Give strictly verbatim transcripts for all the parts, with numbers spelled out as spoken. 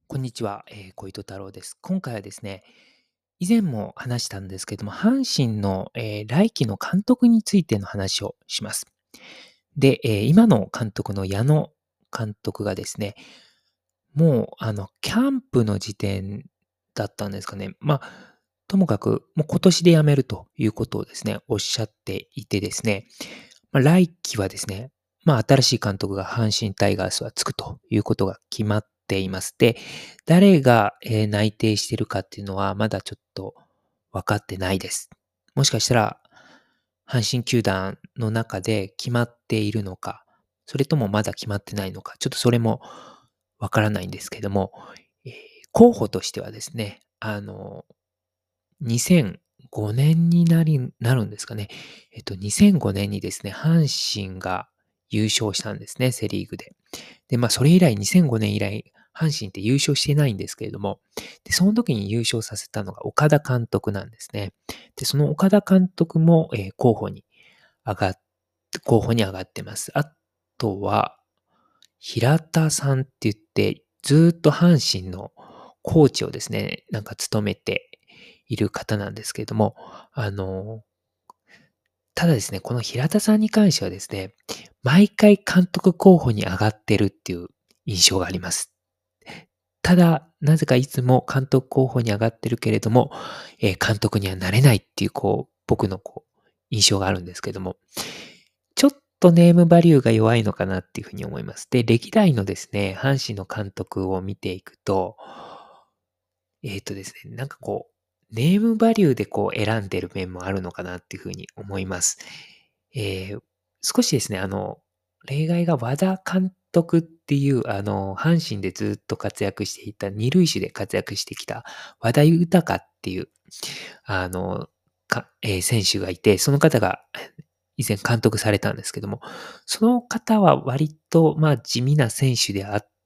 こんにちは、えー、小糸太郎です。今回はですね、以前も話したんですけども、阪神の、えー来季の監督についての話をします。で、えー今の監督の矢野監督がですね、もう、あの、キャンプの時点だったんですかね。まあ、ともかく、もう今年で辞めるということをですね、おっしゃっていてですね、まあ、来季はですね、まあ、新しい監督が阪神タイガースはつくということが決まっています。で、誰が、えー内定しているかっていうのはまだちょっと分かってないです。もしかしたら、阪神球団の中で決まっているのか、それともまだ決まってないのか、ちょっとそれもわからないんですけども、えー候補としてはですね、あの、にせんごねんになりなるんですかね。えっと、にせんごねんにですね、阪神が優勝したんですね、セリーグで。で、まあ、それ以来、にせんごねん以来、阪神って優勝してないんですけれども、で、その時に優勝させたのが岡田監督なんですね。で、その岡田監督も、えー候補に上がっ候補に上がってます。あとは、平田さんって言って、ずーっと阪神のコーチをですね、なんか務めている方なんですけれども、あの、ただですね、この平田さんに関してはですね、毎回監督候補に上がってるっていう印象があります。ただ、なぜかいつも監督候補に上がってるけれども、えー監督にはなれないっていう、こう、僕のこう、印象があるんですけども、ちょっとネームバリューが弱いのかなっていうふうに思います。で、歴代のですね、阪神の監督を見ていくと、えっとですね、なんかこう、ネームバリューでこう選んでる面もあるのかなっていうふうに思います。えー少しですね、あの、例外が和田監督っていう、あの、阪神でずっと活躍していた、二塁手で活躍してきた和田豊っていう、あの、かえー選手がいて、その方が以前監督されたんですけども、その方は割と、まあ、地味な選手であって、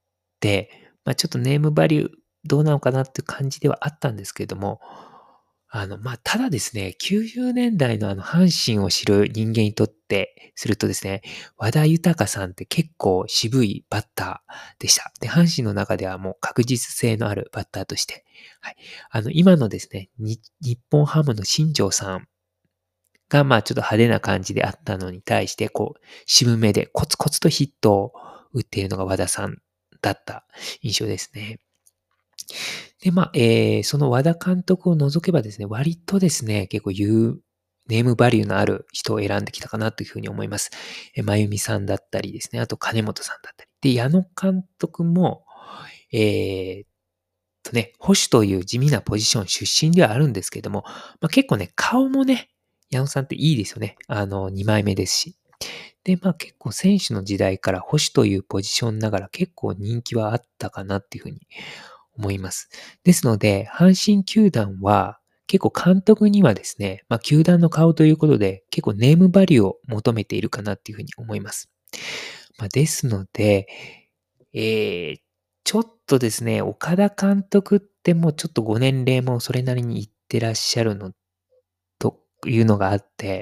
まあ、ちょっとネームバリューどうなのかなっていう感じではあったんですけれども、あの、まあ、ただですね、きゅうじゅうねんだいのあの、阪神を知る人間にとってするとですね、和田豊さんって結構渋いバッターでした。で、阪神の中ではもう確実性のあるバッターとして、はい。あの、今のですね、に日本ハムの新庄さんが、まあ、ちょっと派手な感じであったのに対して、こう、渋めでコツコツとヒットを打っているのが和田さんだった印象ですね。で、まあ、えー、その和田監督を除けばですね、割とですね、結構言う、ネームバリューのある人を選んできたかなというふうに思います。え、まゆみさんだったりですね、あと金本さんだったり。で、矢野監督も、えーっとね、保守という地味なポジション出身ではあるんですけども、まあ、結構ね、顔もね、矢野さんっていいですよね。あの、にまいめですし。で、まあ結構選手の時代から保守というポジションながら結構人気はあったかなっていうふうに思います。ですので、阪神球団は結構監督にはですね、まあ球団の顔ということで結構ネームバリューを求めているかなっていうふうに思います。まあ、ですので、えー、ちょっとですね、岡田監督ってもうちょっとご年齢もそれなりにいってらっしゃるのというのがあって、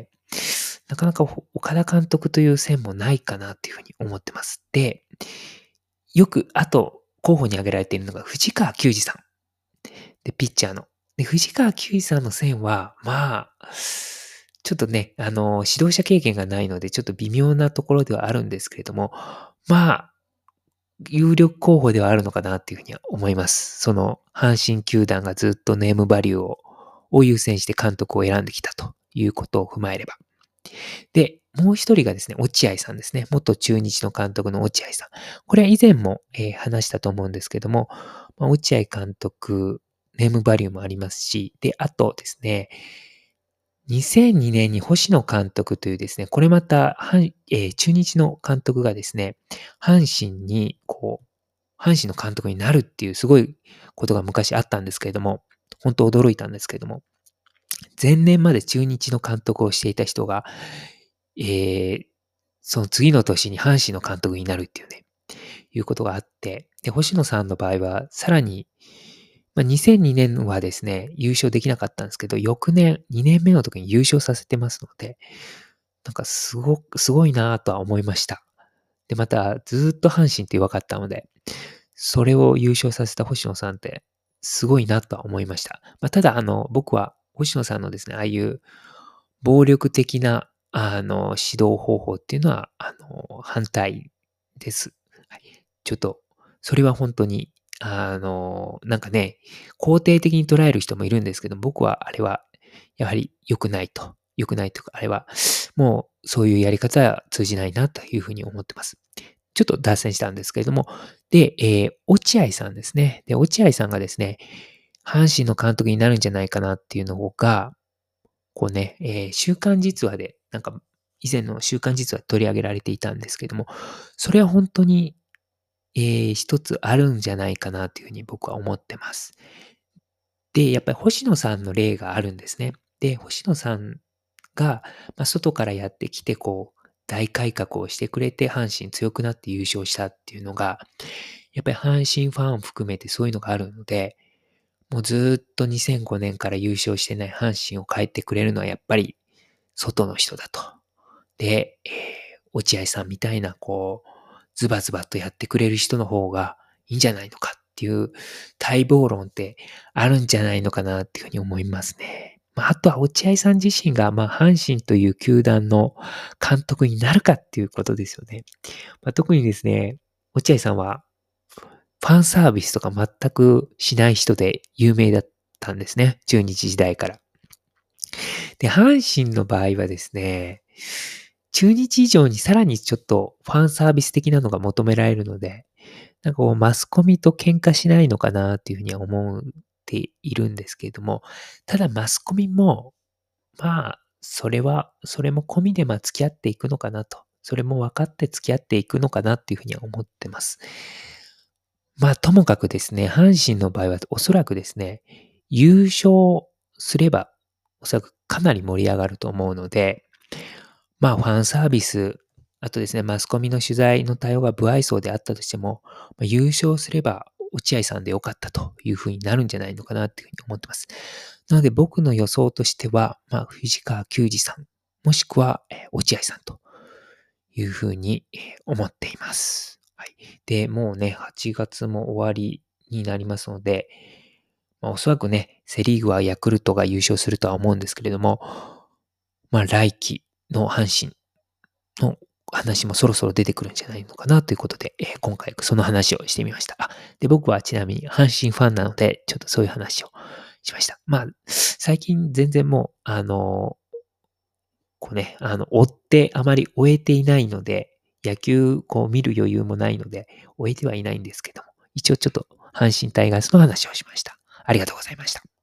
なかなか岡田監督という線もないかなっていうふうに思ってます。で、よく、あと、候補に挙げられているのが藤川球児さん。で、ピッチャーの。で、藤川球児さんの線は、まあ、ちょっとね、あの、指導者経験がないので、ちょっと微妙なところではあるんですけれども、まあ、有力候補ではあるのかなっていうふうには思います。その、阪神球団がずっとネームバリューを、を優先して監督を選んできたということを踏まえれば。で、もう一人がですね、落合さんですね。元中日の監督の落合さん。これは以前も、えー話したと思うんですけども、まあ、落合監督、ネームバリューもありますし、で、あとですね、にせんにねんに星野監督というですね、これまた、阪えー中日の監督がですね、阪神に、こう、阪神の監督になるっていうすごいことが昔あったんですけれども、本当驚いたんですけれども、前年まで中日の監督をしていた人が、えーその次の年に阪神の監督になるっていうね、いうことがあって、で、星野さんの場合は、さらに、まあ、にせんにねんはですね、優勝できなかったんですけど、翌年、にねんめの時に優勝させてますので、なんかすごく、すごいなぁとは思いました。で、また、ずーっと阪神って弱かったので、 それを優勝させた星野さんってすごいなとは思いました。まあ、ただ、あの、僕は星野さんのですね、ああいう暴力的な、あの、指導方法っていうのは、あの、反対です。はい。ちょっと、それは本当に、あの、なんかね、肯定的に捉える人もいるんですけど、僕はあれはやはり良くないと。良くないというか、あれはもうそういうやり方は通じないなというふうに思ってます。ちょっと脱線したんですけれども、で、えー落合さんですね。で、落合さんがですね、阪神の監督になるんじゃないかなっていうのが、こうね、えー週刊実話で、なんか、以前の週刊実話で取り上げられていたんですけども、それは本当に、えー一つあるんじゃないかなというふうに僕は思ってます。で、やっぱり星野さんの例があるんですね。で、星野さんが、まあ、外からやってきて、こう、大改革をしてくれて、阪神強くなって優勝したっていうのが、やっぱり阪神ファンを含めてそういうのがあるので、もうずーっとにせんごねんから優勝してない阪神を変えてくれるのはやっぱり外の人だと。で、えー落合さんみたいな、こう、ズバズバとやってくれる人の方がいいんじゃないのかっていう待望論ってあるんじゃないのかなっていうふうに思いますね。まあ、あとは落合さん自身が、まあ、阪神という球団の監督になるかっていうことですよね。まあ、特にですね、落合さんはファンサービスとか全くしない人で有名だったんですね。中日時代から。で、阪神の場合はですね、中日以上にさらにちょっとファンサービス的なのが求められるので、なんかこうマスコミと喧嘩しないのかなっていうふうには思っているんですけれども、ただマスコミも、まあ、それは、それも込みでまあ付き合っていくのかなと。それも分かって付き合っていくのかなっていうふうには思ってます。まあ、ともかくですね、阪神の場合はおそらくですね、優勝すれば、おそらくかなり盛り上がると思うので、まあ、ファンサービス、あとですね、マスコミの取材の対応が不愛想であったとしても、まあ、優勝すれば落合さんでよかったというふうになるんじゃないのかなっていうふうに思ってます。なので僕の予想としては、まあ、藤川球児さん、もしくは、えー落合さんというふうにえー思っています。はい。で、もうね、はちがつも終わりになりますので、まあ、おそらくね、セリーグはヤクルトが優勝するとは思うんですけれども、まあ、来季の阪神の話もそろそろ出てくるんじゃないのかなということで、えー今回その話をしてみました。あ、で、僕はちなみに阪神ファンなので、ちょっとそういう話をしました。まあ、最近全然もう、あの、こうね、あの、追ってあまり終えていないので、野球こう見る余裕もないので、終えてはいないんですけども、一応ちょっと阪神タイガースの話をしました。ありがとうございました。